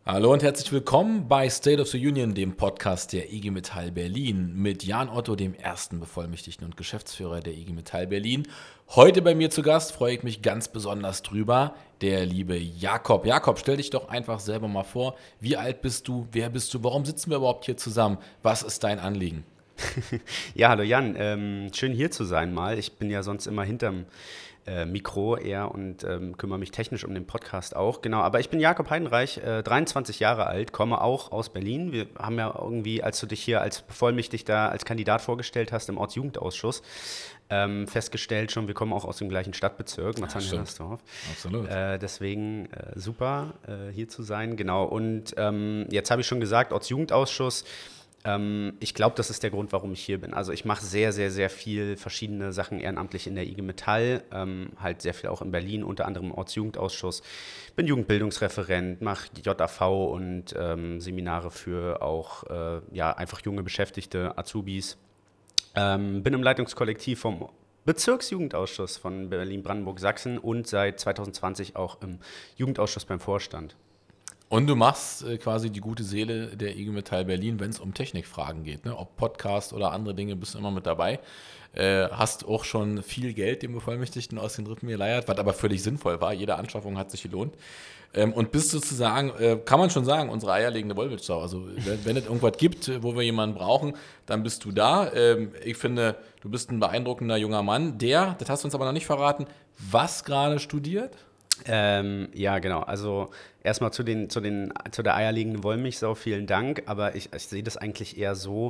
Hallo und herzlich willkommen bei State of the Union, dem Podcast der IG Metall Berlin mit Jan Otto, dem ersten Bevollmächtigten und Geschäftsführer der IG Metall Berlin. Heute bei mir zu Gast freue ich mich ganz besonders drüber, der liebe Jakob. Jakob, stell dich doch einfach selber mal vor. Wie alt bist du? Wer bist du? Warum sitzen wir überhaupt hier zusammen? Was ist dein Anliegen? Ja, hallo Jan, schön hier zu sein mal. Ich bin ja sonst immer hinterm Mikro eher und kümmere mich technisch um den Podcast auch. Genau, aber ich bin Jakob Heidenreich, 23 Jahre alt, komme auch aus Berlin. Wir haben ja irgendwie, als du dich hier als Bevollmächtigter, als Kandidat vorgestellt hast im Ortsjugendausschuss, festgestellt schon, wir kommen auch aus dem gleichen Stadtbezirk, Stimmt, Marzahn-Hellersdorf. absolut. Deswegen super, hier zu sein. Genau, und jetzt habe ich schon gesagt, Ortsjugendausschuss. Ich glaube, das ist der Grund, warum ich hier bin. Also ich mache sehr, sehr, sehr viel verschiedene Sachen ehrenamtlich in der IG Metall, halt sehr viel auch in Berlin, unter anderem im Ortsjugendausschuss. Bin Jugendbildungsreferent, mache JAV und Seminare für auch ja, einfach junge Beschäftigte, Azubis. Bin im Leitungskollektiv vom Bezirksjugendausschuss von Berlin-Brandenburg-Sachsen und seit 2020 auch im Jugendausschuss beim Vorstand. Und du machst quasi die gute Seele der IG Metall Berlin, wenn es um Technikfragen geht. Ne? Ob Podcast oder andere Dinge, bist du immer mit dabei. Hast auch schon viel Geld dem Bevollmächtigten aus den Rippen geleiert, was aber völlig sinnvoll war. Jede Anschaffung hat sich gelohnt. Und bist sozusagen, kann man schon sagen, unsere eierlegende Wollmilchsau. Also wenn es irgendwas gibt, wo wir jemanden brauchen, dann bist du da. Ich finde, du bist ein beeindruckender junger Mann, der, das hast du uns aber noch nicht verraten, was gerade studiert? Ja, genau. Also erstmal zu der eierlegenden Wollmilchsau, vielen Dank. Aber ich sehe das eigentlich eher so,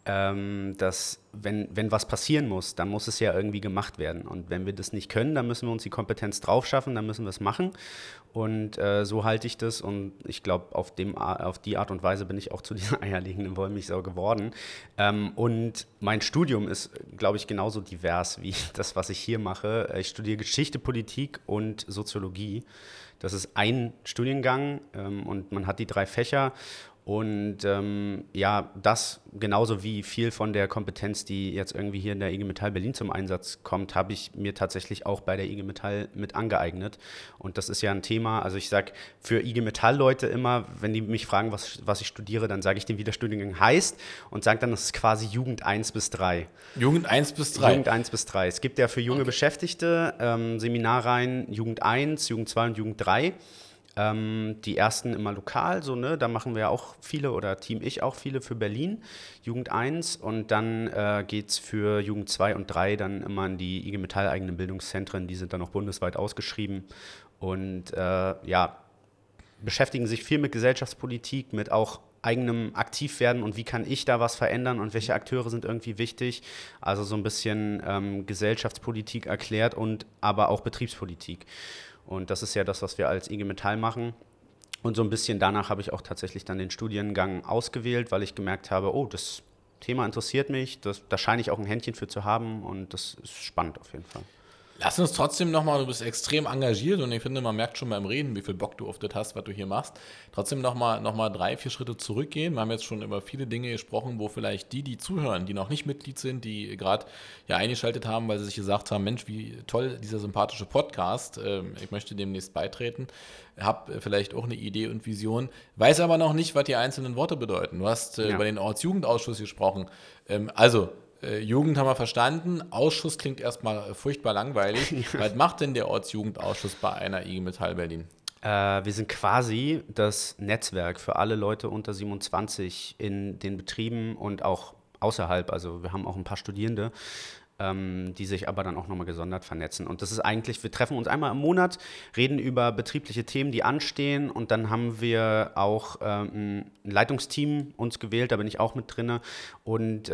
dass wenn was passieren muss, dann muss es ja irgendwie gemacht werden. Und wenn wir das nicht können, dann müssen wir uns die Kompetenz drauf schaffen, dann müssen wir es machen. Und so halte ich das. Und ich glaube, auf die Art und Weise bin ich auch zu dieser eierlegenden Wollmilchsau geworden. Und mein Studium ist, glaube ich, genauso divers wie das, was ich hier mache. Ich studiere Geschichte, Politik und Soziologie. Das ist ein Studiengang und man hat die 3 Fächer. Und ja, das genauso wie viel von der Kompetenz, die jetzt irgendwie hier in der IG Metall Berlin zum Einsatz kommt, habe ich mir tatsächlich auch bei der IG Metall mit angeeignet. Und das ist ja ein Thema, also ich sage für IG Metall-Leute immer, wenn die mich fragen, was ich studiere, dann sage ich denen, wie der Studiengang heißt und sage dann, das ist quasi Jugend 1 bis 3. Jugend 1 bis 3. Jugend 1 bis 3. Es gibt ja für junge Beschäftigte Seminarreihen Jugend 1, Jugend 2 und Jugend 3. Die ersten immer lokal, so, ne? Da machen wir ja auch viele oder Team ich auch viele für Berlin, Jugend 1. Und dann geht es für Jugend 2 und 3 dann immer in die IG Metall eigenen Bildungszentren. Die sind dann auch bundesweit ausgeschrieben und ja, beschäftigen sich viel mit Gesellschaftspolitik, mit auch eigenem Aktivwerden und wie kann ich da was verändern und welche Akteure sind irgendwie wichtig. Also so ein bisschen Gesellschaftspolitik erklärt und aber auch Betriebspolitik. Und das ist ja das, was wir als IG Metall machen. Und so ein bisschen danach habe ich auch tatsächlich dann den Studiengang ausgewählt, weil ich gemerkt habe, oh, das Thema interessiert mich, da scheine ich auch ein Händchen für zu haben und das ist spannend auf jeden Fall. Lass uns trotzdem nochmal, du bist extrem engagiert und ich finde, man merkt schon beim Reden, wie viel Bock du auf das hast, was du hier machst. Trotzdem nochmal 3, 4 Schritte zurückgehen. Wir haben jetzt schon über viele Dinge gesprochen, wo vielleicht die zuhören, die noch nicht Mitglied sind, die gerade ja eingeschaltet haben, weil sie sich gesagt haben, Mensch, wie toll dieser sympathische Podcast. Ich möchte demnächst beitreten. Hab vielleicht auch eine Idee und Vision, weiß aber noch nicht, was die einzelnen Worte bedeuten. Du hast Ja. über den Ortsjugendausschuss gesprochen. Also, Jugend haben wir verstanden. Ausschuss klingt erstmal furchtbar langweilig. Was macht denn der Ortsjugendausschuss bei einer IG Metall Berlin? Wir sind quasi das Netzwerk für alle Leute unter 27 in den Betrieben und auch außerhalb. Also wir haben auch ein paar Studierende, die sich aber dann auch nochmal gesondert vernetzen. Und das ist eigentlich, wir treffen uns einmal im Monat, reden über betriebliche Themen, die anstehen. Und dann haben wir auch ein Leitungsteam uns gewählt, da bin ich auch mit drinne. Und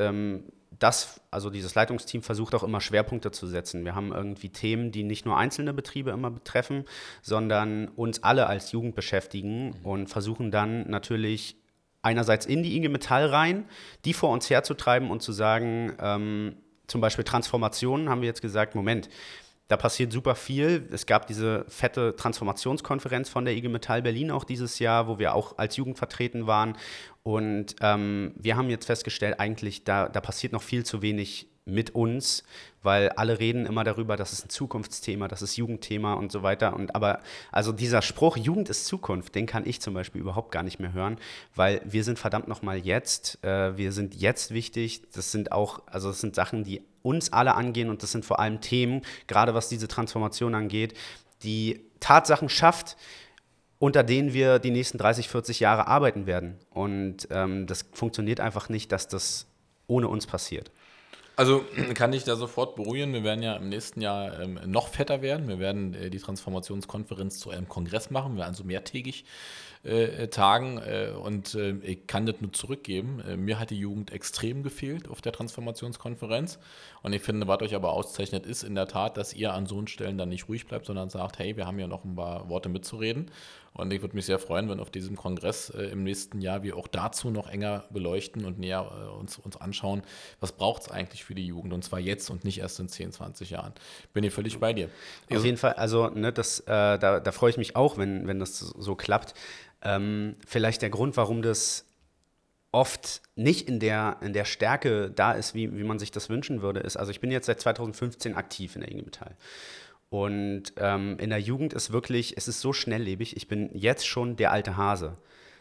also dieses Leitungsteam versucht auch immer Schwerpunkte zu setzen. Wir haben irgendwie Themen, die nicht nur einzelne Betriebe immer betreffen, sondern uns alle als Jugend beschäftigen und versuchen dann natürlich einerseits in die IG Metall rein, die vor uns herzutreiben und zu sagen, zum Beispiel Transformationen haben wir jetzt gesagt, Moment, da passiert super viel. Es gab diese fette Transformationskonferenz von der IG Metall Berlin auch dieses Jahr, wo wir auch als Jugend vertreten waren. Und wir haben jetzt festgestellt, eigentlich da passiert noch viel zu wenig mit uns, weil alle reden immer darüber, das ist ein Zukunftsthema, das ist Jugendthema und so weiter. Aber also dieser Spruch, Jugend ist Zukunft, den kann ich zum Beispiel überhaupt gar nicht mehr hören, weil wir sind verdammt nochmal jetzt, wir sind jetzt wichtig. Das sind Sachen, die uns alle angehen und das sind vor allem Themen, gerade was diese Transformation angeht, die Tatsachen schafft, unter denen wir die nächsten 30, 40 Jahre arbeiten werden. Und das funktioniert einfach nicht, dass das ohne uns passiert. Also kann ich da sofort beruhigen. Wir werden ja im nächsten Jahr noch fetter werden. Wir werden die Transformationskonferenz zu einem Kongress machen. Wir werden also mehrtägig tagen und ich kann das nur zurückgeben. Mir hat die Jugend extrem gefehlt auf der Transformationskonferenz und ich finde, was euch aber auszeichnet, ist in der Tat, dass ihr an so Stellen dann nicht ruhig bleibt, sondern sagt, hey, wir haben ja noch ein paar Worte mitzureden und ich würde mich sehr freuen, wenn auf diesem Kongress im nächsten Jahr wir auch dazu noch enger beleuchten und näher uns anschauen, was braucht es eigentlich für die Jugend und zwar jetzt und nicht erst in 10, 20 Jahren. Bin ich völlig bei dir. Auf jeden Fall, also ne, da freue ich mich auch, wenn das so klappt. Vielleicht der Grund, warum das oft nicht in der Stärke da ist, wie man sich das wünschen würde, ist, also ich bin jetzt seit 2015 aktiv in der IG Metall. Und in der Jugend ist wirklich, es ist so schnelllebig, ich bin jetzt schon der alte Hase.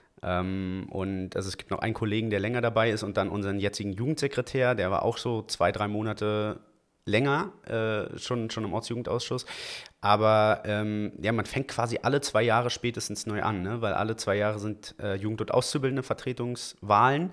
Und also es gibt noch einen Kollegen, der länger dabei ist und dann unseren jetzigen Jugendsekretär, der war auch so 2, 3 Monate länger, schon im Ortsjugendausschuss. Aber ja, man fängt quasi alle 2 Jahre spätestens neu an, ne? Weil alle 2 Jahre sind Jugend- und Auszubildende-Vertretungswahlen.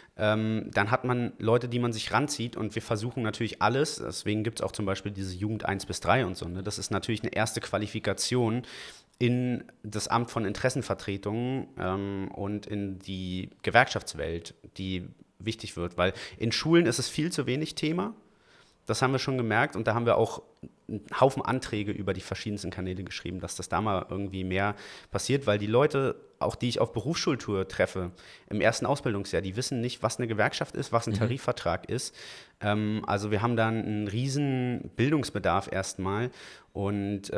Dann hat man Leute, die man sich ranzieht und wir versuchen natürlich alles, deswegen gibt es auch zum Beispiel diese Jugend 1 bis 3 und so, ne? Das ist natürlich eine erste Qualifikation in das Amt von Interessenvertretungen und in die Gewerkschaftswelt, die wichtig wird, weil in Schulen ist es viel zu wenig Thema. Das haben wir schon gemerkt und da haben wir auch einen Haufen Anträge über die verschiedensten Kanäle geschrieben, dass das da mal irgendwie mehr passiert, weil die Leute, auch die ich auf Berufsschultour treffe, im ersten Ausbildungsjahr, die wissen nicht, was eine Gewerkschaft ist, was ein Tarifvertrag ist. Also wir haben da einen riesen Bildungsbedarf erstmal und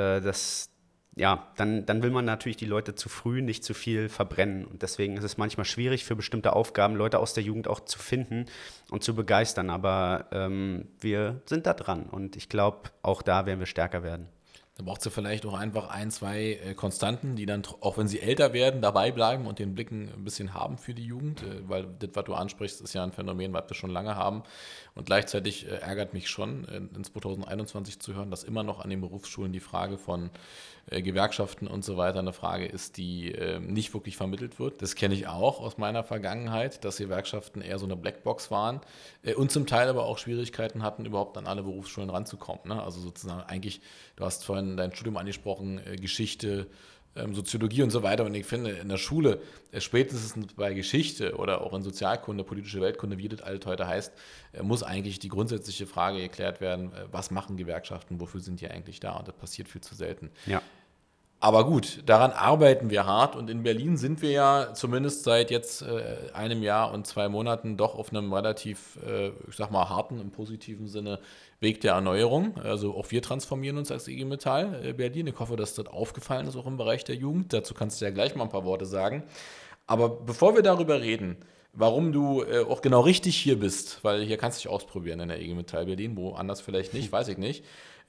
dann will man natürlich die Leute zu früh nicht zu viel verbrennen. Und deswegen ist es manchmal schwierig für bestimmte Aufgaben, Leute aus der Jugend auch zu finden und zu begeistern. Aber wir sind da dran und ich glaube, auch da werden wir stärker werden. Da braucht sie vielleicht auch einfach 1, 2 Konstanten, die dann, auch wenn sie älter werden, dabei bleiben und den Blicken ein bisschen haben für die Jugend, weil das, was du ansprichst, ist ja ein Phänomen, was wir schon lange haben. Und gleichzeitig ärgert mich schon, in 2021 zu hören, dass immer noch an den Berufsschulen die Frage von Gewerkschaften und so weiter eine Frage ist, die nicht wirklich vermittelt wird. Das kenne ich auch aus meiner Vergangenheit, dass Gewerkschaften eher so eine Blackbox waren und zum Teil aber auch Schwierigkeiten hatten, überhaupt an alle Berufsschulen ranzukommen. Ne? Also sozusagen eigentlich, du hast vorhin dein Studium angesprochen, Geschichte, Soziologie und so weiter. Und ich finde, in der Schule, spätestens bei Geschichte oder auch in Sozialkunde, politische Weltkunde, wie das alles heute heißt, muss eigentlich die grundsätzliche Frage geklärt werden, was machen Gewerkschaften, wofür sind die eigentlich da? Und das passiert viel zu selten. Ja. Aber gut, daran arbeiten wir hart und in Berlin sind wir ja zumindest seit jetzt einem Jahr und 2 Monaten doch auf einem relativ, ich sag mal, harten, im positiven Sinne Weg der Erneuerung. Also auch wir transformieren uns als IG Metall Berlin. Ich hoffe, dass das aufgefallen ist, auch im Bereich der Jugend. Dazu kannst du ja gleich mal ein paar Worte sagen. Aber bevor wir darüber reden, warum du auch genau richtig hier bist, weil hier kannst du dich ausprobieren in der IG Metall Berlin, woanders vielleicht nicht, weiß ich nicht.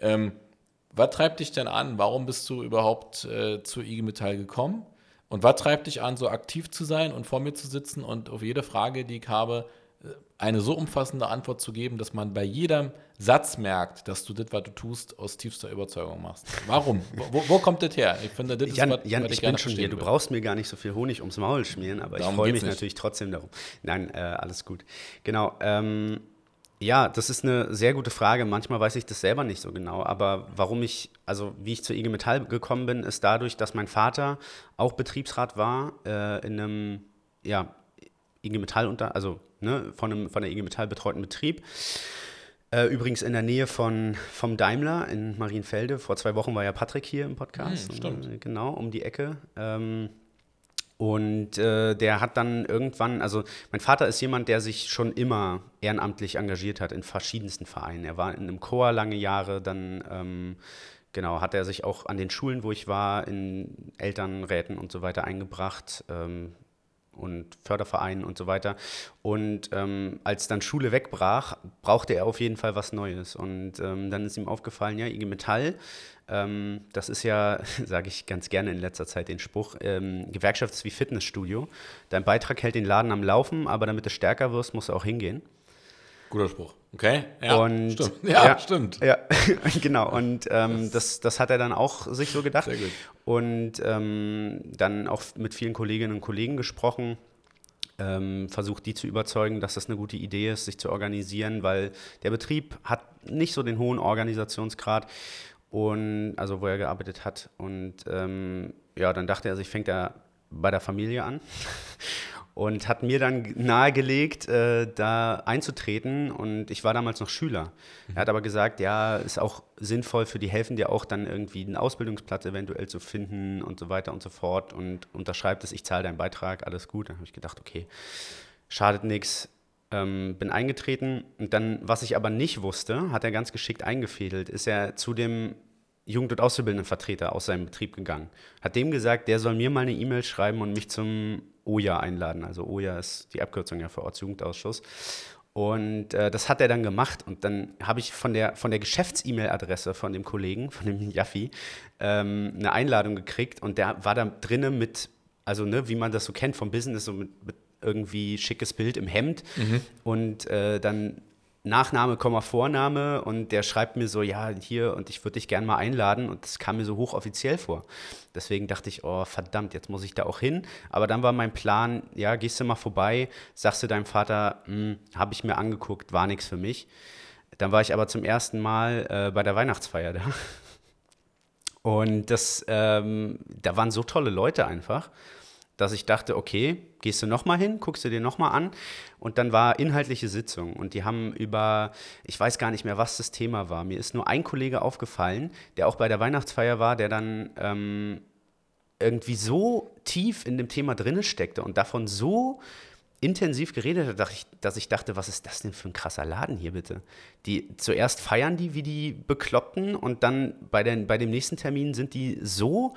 Was treibt dich denn an? Warum bist du überhaupt zur IG Metall gekommen? Und was treibt dich an, so aktiv zu sein und vor mir zu sitzen und auf jede Frage, die ich habe, eine so umfassende Antwort zu geben, dass man bei jedem Satz merkt, dass du das, was du tust, aus tiefster Überzeugung machst? Warum? Wo kommt das her? Ich finde, das ist Jan, was ich bin schon hier. Du brauchst mir gar nicht so viel Honig ums Maul schmieren, aber ich freue mich natürlich trotzdem darum. Nein, alles gut. Genau. Ja, das ist eine sehr gute Frage. Manchmal weiß ich das selber nicht so genau. Aber wie ich zur IG Metall gekommen bin, ist dadurch, dass mein Vater auch Betriebsrat war in einem, IG Metall von der IG Metall betreuten Betrieb. Übrigens in der Nähe vom Daimler in Marienfelde. Vor 2 Wochen war ja Patrick hier im Podcast. Stimmt. Genau, um die Ecke. Und der hat dann irgendwann, also mein Vater ist jemand, der sich schon immer ehrenamtlich engagiert hat in verschiedensten Vereinen. Er war in einem Chor lange Jahre, dann hat er sich auch an den Schulen, wo ich war, in Elternräten und so weiter eingebracht. und Fördervereinen und so weiter. Und als dann Schule wegbrach, brauchte er auf jeden Fall was Neues. Und dann ist ihm aufgefallen, ja, IG Metall, das ist ja, sage ich ganz gerne in letzter Zeit den Spruch, Gewerkschaft ist wie Fitnessstudio. Dein Beitrag hält den Laden am Laufen, aber damit du stärker wirst, musst du auch hingehen. Guter Spruch. Okay, ja, Und, stimmt. Ja, stimmt. Ja, genau. Und das hat er dann auch sich so gedacht. Sehr gut. Und dann auch mit vielen Kolleginnen und Kollegen gesprochen, versucht die zu überzeugen, dass das eine gute Idee ist, sich zu organisieren, weil der Betrieb hat nicht so den hohen Organisationsgrad, und, also wo er gearbeitet hat. Und ja, dann dachte er sich, fängt er bei der Familie an. Und hat mir dann nahegelegt, da einzutreten. Und ich war damals noch Schüler. Er hat aber gesagt, ja, ist auch sinnvoll, für die helfen dir auch dann irgendwie einen Ausbildungsplatz eventuell zu finden und so weiter und so fort. Und unterschreibt es, ich zahle deinen Beitrag, alles gut. Dann habe ich gedacht, okay, schadet nichts. Bin eingetreten. Und dann, was ich aber nicht wusste, hat er ganz geschickt eingefädelt, ist er zu dem Jugend- und Auszubildendenvertreter aus seinem Betrieb gegangen. Hat dem gesagt, der soll mir mal eine E-Mail schreiben und mich zum OJA einladen. Also OJA ist die Abkürzung ja für Ortsjugendausschuss. Und das hat er dann gemacht. Und dann habe ich von der Geschäfts-E-Mail-Adresse von dem Kollegen, von dem Jaffi, eine Einladung gekriegt. Und der war da drinnen mit, also ne, wie man das so kennt vom Business, so mit irgendwie schickes Bild im Hemd. Und dann Nachname, Vorname, und der schreibt mir so, ja, hier, und ich würde dich gern mal einladen, und das kam mir so hochoffiziell vor. Deswegen dachte ich, oh, verdammt, jetzt muss ich da auch hin. Aber dann war mein Plan, ja, gehst du mal vorbei, sagst du deinem Vater, habe ich mir angeguckt, war nichts für mich. Dann war ich aber zum ersten Mal bei der Weihnachtsfeier da. Und da waren so tolle Leute einfach, dass ich dachte, okay, gehst du nochmal hin, guckst du dir nochmal an. Und dann war inhaltliche Sitzung. Und die haben ich weiß gar nicht mehr, was das Thema war. Mir ist nur ein Kollege aufgefallen, der auch bei der Weihnachtsfeier war, der dann irgendwie so tief in dem Thema drin steckte und davon so intensiv geredet hat, dass ich dachte, was ist das denn für ein krasser Laden hier bitte? Zuerst feiern die wie die Bekloppten, und dann bei dem nächsten Termin sind die so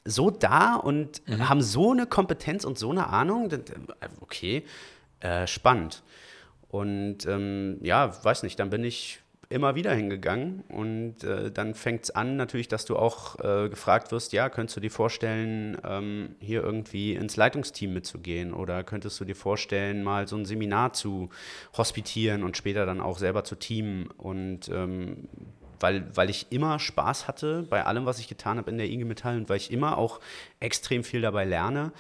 da und haben so eine Kompetenz und so eine Ahnung. Okay, spannend. Und ja, weiß nicht, dann bin ich immer wieder hingegangen, und dann fängt es an natürlich, dass du auch gefragt wirst, ja, könntest du dir vorstellen, hier irgendwie ins Leitungsteam mitzugehen, oder könntest du dir vorstellen, mal so ein Seminar zu hospitieren und später dann auch selber zu teamen. Und weil ich immer Spaß hatte bei allem, was ich getan habe in der IG Metall, und weil ich immer auch extrem viel dabei lerne,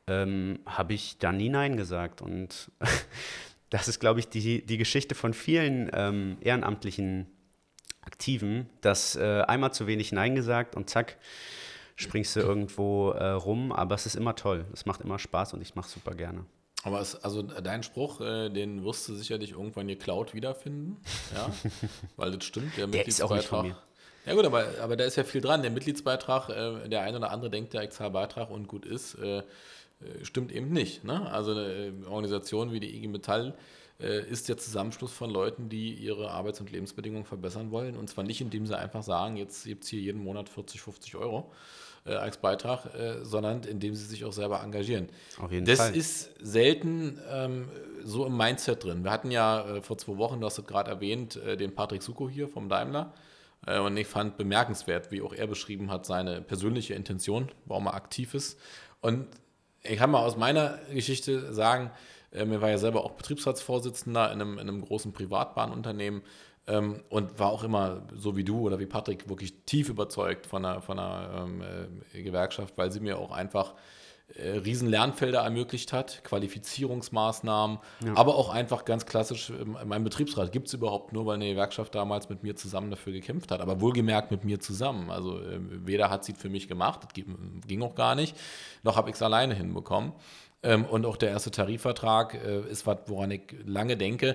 habe ich da nie Nein gesagt. Und das ist, glaube ich, die Geschichte von vielen ehrenamtlichen Aktiven, dass einmal zu wenig Nein gesagt und zack, springst du irgendwo rum. Aber es ist immer toll, es macht immer Spaß, und ich mache es super gerne. Aber also dein Spruch, den wirst du sicherlich irgendwann geklaut wiederfinden, ja, weil das stimmt, Der ist auch nicht von mir. Ja gut, aber da ist ja viel dran. Der Mitgliedsbeitrag, der eine oder andere denkt, ich zahle Beitrag und gut ist, stimmt eben nicht. Ne? Also eine Organisation wie die IG Metall ist der Zusammenschluss von Leuten, die ihre Arbeits- und Lebensbedingungen verbessern wollen. Und zwar nicht, indem sie einfach sagen, jetzt gibt es hier jeden Monat 40, 50 Euro als Beitrag, sondern indem sie sich auch selber engagieren. Auf jeden Das Fall. ist selten so im Mindset drin. Wir hatten ja vor 2 Wochen, du hast es gerade erwähnt, den Patrick Suko hier vom Daimler. Und ich fand bemerkenswert, wie auch er beschrieben hat, seine persönliche Intention, warum er aktiv ist. Und ich kann mal aus meiner Geschichte sagen, mir war ja selber auch Betriebsratsvorsitzender in einem großen Privatbahnunternehmen und war auch immer, so wie du oder wie Patrick, wirklich tief überzeugt von einer Gewerkschaft, weil sie mir auch einfach riesen Lernfelder ermöglicht hat, Qualifizierungsmaßnahmen, aber auch einfach ganz klassisch, mein Betriebsrat gibt es überhaupt nur, weil eine Gewerkschaft damals mit mir zusammen dafür gekämpft hat, aber wohlgemerkt mit mir zusammen. Also weder hat sie es für mich gemacht, das ging auch gar nicht, noch habe ich es alleine hinbekommen. Und auch der erste Tarifvertrag ist was, woran ich lange denke.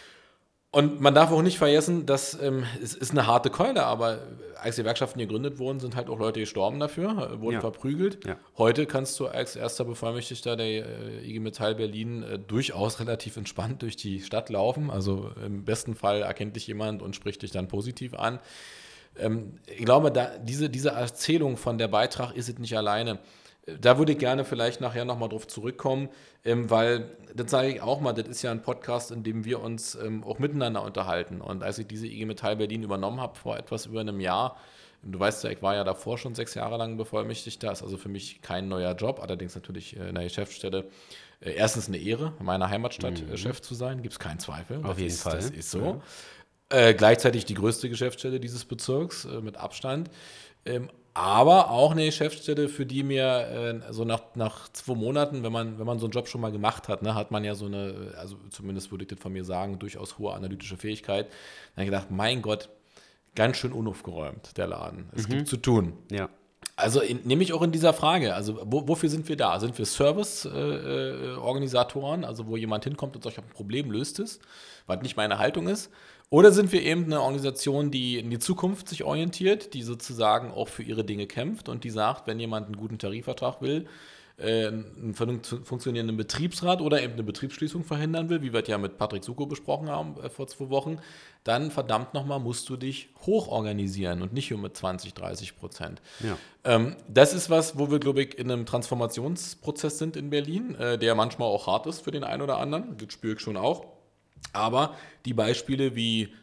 Und man darf auch nicht vergessen, dass es ist eine harte Keule, aber als Gewerkschaften gegründet wurden, sind halt auch Leute gestorben dafür, wurden verprügelt. Ja. Heute kannst du als erster Bevollmächtigter der IG Metall Berlin durchaus relativ entspannt durch die Stadt laufen. Also im besten Fall erkennt dich jemand und spricht dich dann positiv an. Ich glaube, diese Erzählung von der Beitrag ist es nicht alleine. Da würde ich gerne vielleicht nachher nochmal drauf zurückkommen, weil, das sage ich auch mal, das ist ja ein Podcast, in dem wir uns auch miteinander unterhalten. Und als ich diese IG Metall Berlin übernommen habe, vor etwas über einem Jahr, du weißt ja, ich war ja davor schon 6 Jahre lang Bevollmächtigter, ist also für mich kein neuer Job, allerdings natürlich in der Geschäftsstelle. Erstens eine Ehre, in meiner Heimatstadt Chef zu sein, gibt es keinen Zweifel. Auf jeden Fall. Das ist so. Gleichzeitig die größte Geschäftsstelle dieses Bezirks mit Abstand. Aber auch eine Geschäftsstelle, für die mir so nach 2 Monaten, wenn man so einen Job schon mal gemacht hat, ne, hat man ja so eine, also zumindest würde ich das von mir sagen, durchaus hohe analytische Fähigkeit. Dann habe ich gedacht, mein Gott, ganz schön unaufgeräumt, der Laden. Es gibt zu tun. Ja. Also nehme ich auch in dieser Frage, also wofür sind wir da? Sind wir Service-Organisatoren, also wo jemand hinkommt und sagt, ich habe ein Problem, löst es, was nicht meine Haltung ist? Oder sind wir eben eine Organisation, die in die Zukunft sich orientiert, die sozusagen auch für ihre Dinge kämpft und die sagt, wenn jemand einen guten Tarifvertrag will, einen funktionierenden Betriebsrat oder eben eine Betriebsschließung verhindern will, wie wir es ja mit Patrick Suko besprochen haben vor 2 Wochen, dann verdammt nochmal musst du dich hochorganisieren und nicht nur mit 20-30%. Ja. Das ist was, wo wir, glaube ich, in einem Transformationsprozess sind in Berlin, der manchmal auch hart ist für den einen oder anderen, das spüre ich schon auch. Aber die Beispiele wie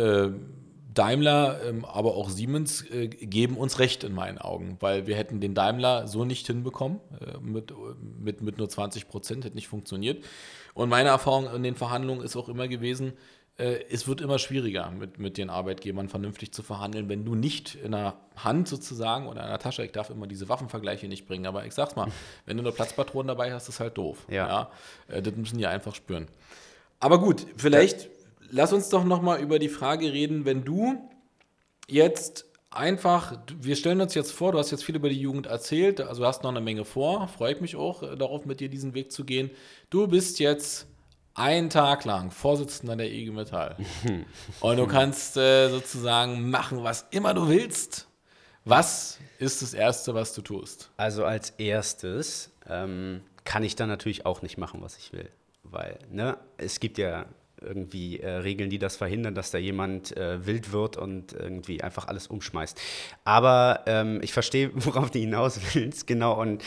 Daimler, aber auch Siemens geben uns recht in meinen Augen, weil wir hätten den Daimler so nicht hinbekommen, mit nur 20%, hätte nicht funktioniert. Und meine Erfahrung in den Verhandlungen ist auch immer gewesen, es wird immer schwieriger, mit den Arbeitgebern vernünftig zu verhandeln, wenn du nicht in der Hand sozusagen oder in der Tasche, ich darf immer diese Waffenvergleiche nicht bringen, aber ich sag's mal, wenn du eine Platzpatronen dabei hast, ist halt doof. Ja. Das müssen die einfach spüren. Aber gut, vielleicht lass uns doch nochmal über die Frage reden, wenn du jetzt einfach, wir stellen uns jetzt vor, du hast jetzt viel über die Jugend erzählt, also du hast noch eine Menge vor, freue ich mich auch darauf, mit dir diesen Weg zu gehen. Du bist jetzt einen Tag lang Vorsitzender der IG Metall und du kannst sozusagen machen, was immer du willst. Was ist das Erste, was du tust? Also als erstes kann ich dann natürlich auch nicht machen, was ich will. Weil, ne, es gibt ja irgendwie Regeln, die das verhindern, dass da jemand wild wird und irgendwie einfach alles umschmeißt. Aber ich verstehe, worauf du hinaus willst, genau. Und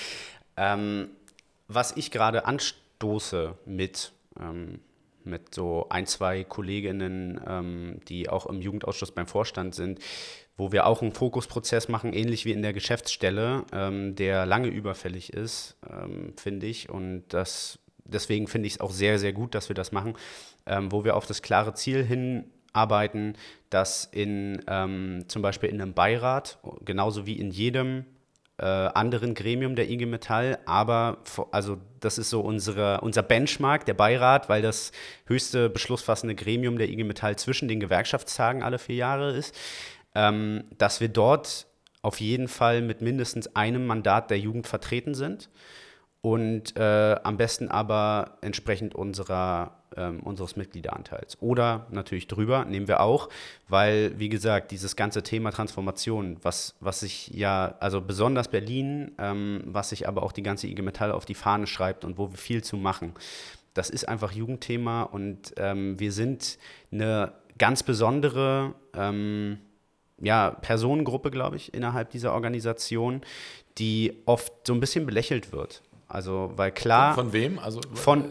was ich gerade anstoße mit so 1, 2 Kolleginnen, die auch im Jugendausschuss beim Vorstand sind, wo wir auch einen Fokusprozess machen, ähnlich wie in der Geschäftsstelle, der lange überfällig ist, finde ich. Und deswegen finde ich es auch sehr, sehr gut, dass wir das machen, wo wir auf das klare Ziel hinarbeiten, dass zum Beispiel in einem Beirat, genauso wie in jedem anderen Gremium der IG Metall, aber also das ist so unser Benchmark, der Beirat, weil das höchste beschlussfassende Gremium der IG Metall zwischen den Gewerkschaftstagen alle 4 Jahre ist, dass wir dort auf jeden Fall mit mindestens einem Mandat der Jugend vertreten sind und am besten aber entsprechend unseres Mitgliederanteils. Oder natürlich drüber, nehmen wir auch, weil, wie gesagt, dieses ganze Thema Transformation, was sich ja, also besonders Berlin, was sich aber auch die ganze IG Metall auf die Fahne schreibt und wo wir viel zu machen, das ist einfach Jugendthema und wir sind eine ganz besondere Personengruppe, glaube ich, innerhalb dieser Organisation, die oft so ein bisschen belächelt wird. Also, weil klar. Von wem? Von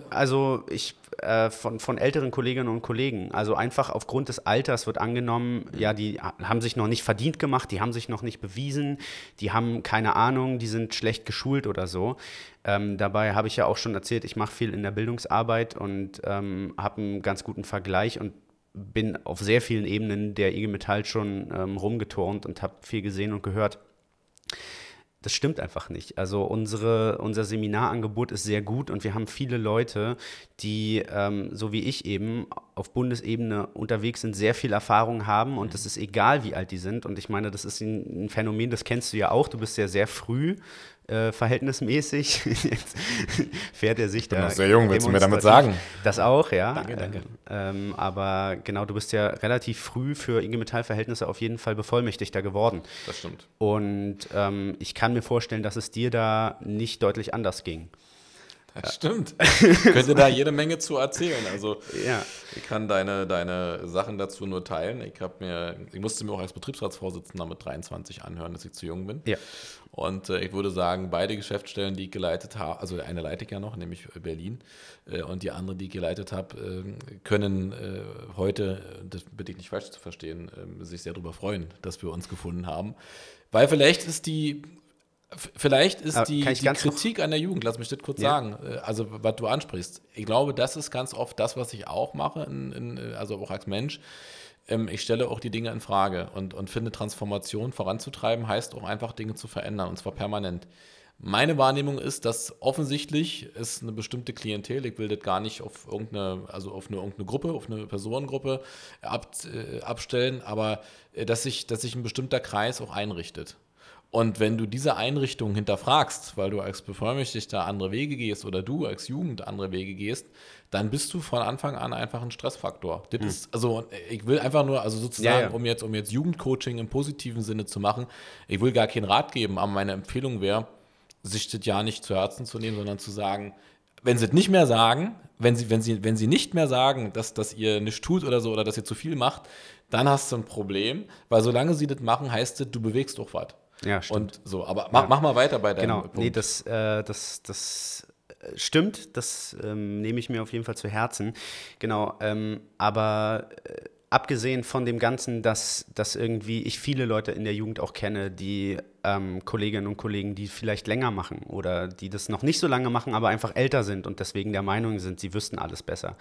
älteren Kolleginnen und Kollegen. Also einfach aufgrund des Alters wird angenommen, ja, die haben sich noch nicht verdient gemacht, die haben sich noch nicht bewiesen, die haben keine Ahnung, die sind schlecht geschult oder so. Dabei habe ich ja auch schon erzählt, ich mache viel in der Bildungsarbeit und habe einen ganz guten Vergleich und bin auf sehr vielen Ebenen der IG Metall schon rumgeturnt und habe viel gesehen und gehört. Das stimmt einfach nicht. Also unser Seminarangebot ist sehr gut und wir haben viele Leute, die, so wie ich eben, auf Bundesebene unterwegs sind, sehr viel Erfahrung haben und es ist egal, wie alt die sind. Und ich meine, das ist ein Phänomen, das kennst du ja auch. Du bist ja sehr früh verhältnismäßig. Jetzt fährt er sich da. Ich bin noch sehr jung, willst du mir damit sagen? Das auch, ja. Danke. Aber genau, du bist ja relativ früh für IG Metall-Verhältnisse auf jeden Fall Bevollmächtigter geworden. Das stimmt. Und ich kann mir vorstellen, dass es dir da nicht deutlich anders ging. Stimmt. Ich könnte da jede Menge zu erzählen. Also Ja. ich kann deine Sachen dazu nur teilen. Ich musste mir auch als Betriebsratsvorsitzender mit 23 anhören, dass ich zu jung bin. Ja. Und ich würde sagen, beide Geschäftsstellen, die ich geleitet habe, also eine leite ich ja noch, nämlich Berlin, und die andere, die ich geleitet habe, können heute, das bitte ich nicht falsch zu verstehen, sich sehr darüber freuen, dass wir uns gefunden haben. Weil vielleicht ist die Kritik an der Jugend, lass mich das kurz sagen, also was du ansprichst. Ich glaube, das ist ganz oft das, was ich auch mache, also auch als Mensch. Ich stelle auch die Dinge in Frage und finde, Transformation voranzutreiben, heißt auch einfach Dinge zu verändern, und zwar permanent. Meine Wahrnehmung ist, dass offensichtlich ist eine bestimmte Klientel, ich will das gar nicht auf irgendeine Gruppe, auf eine Personengruppe abstellen, aber dass sich ein bestimmter Kreis auch einrichtet. Und wenn du diese Einrichtung hinterfragst, weil du als Bevollmächtigter andere Wege gehst oder du als Jugend andere Wege gehst, dann bist du von Anfang an einfach ein Stressfaktor. Das ist, also ich will einfach nur, also sozusagen, um jetzt Jugendcoaching im positiven Sinne zu machen, ich will gar keinen Rat geben, aber meine Empfehlung wäre, sich das ja nicht zu Herzen zu nehmen, sondern zu sagen, wenn sie es nicht mehr sagen, wenn sie nicht mehr sagen, dass ihr nichts tut oder so, oder dass ihr zu viel macht, dann hast du ein Problem, weil solange sie das machen, heißt es, du bewegst auch was. Ja, stimmt. Und so, aber mach mal weiter bei deinem Punkt. Nee, das stimmt, das nehme ich mir auf jeden Fall zu Herzen. Genau, aber abgesehen von dem Ganzen, dass irgendwie ich viele Leute in der Jugend auch kenne, die Kolleginnen und Kollegen, die vielleicht länger machen oder die das noch nicht so lange machen, aber einfach älter sind und deswegen der Meinung sind, sie wüssten alles besser.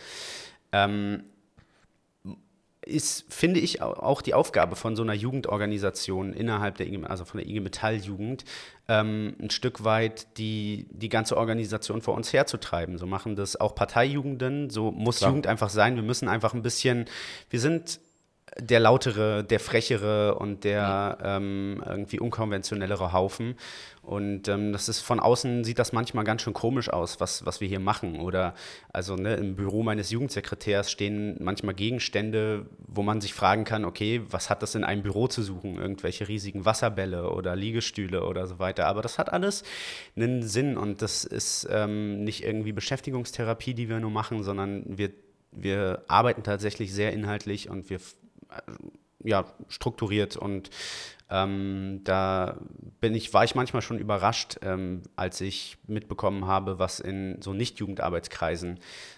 Ist, finde ich, auch die Aufgabe von so einer Jugendorganisation innerhalb also von der IG Metall-Jugend, ein Stück weit die ganze Organisation vor uns herzutreiben. So machen das auch Parteijugenden, so muss Jugend einfach sein. Wir müssen einfach ein bisschen, wir sind der lautere, der frechere und der irgendwie unkonventionellere Haufen. Und das ist von außen, sieht das manchmal ganz schön komisch aus, was wir hier machen. Oder also im Büro meines Jugendsekretärs stehen manchmal Gegenstände, wo man sich fragen kann, okay, was hat das in einem Büro zu suchen? Irgendwelche riesigen Wasserbälle oder Liegestühle oder so weiter. Aber das hat alles einen Sinn und das ist nicht irgendwie Beschäftigungstherapie, die wir nur machen, sondern wir arbeiten tatsächlich sehr inhaltlich und wir strukturiert und da war ich manchmal schon überrascht, als ich mitbekommen habe, was in so Nicht-Jugendarbeitskreisen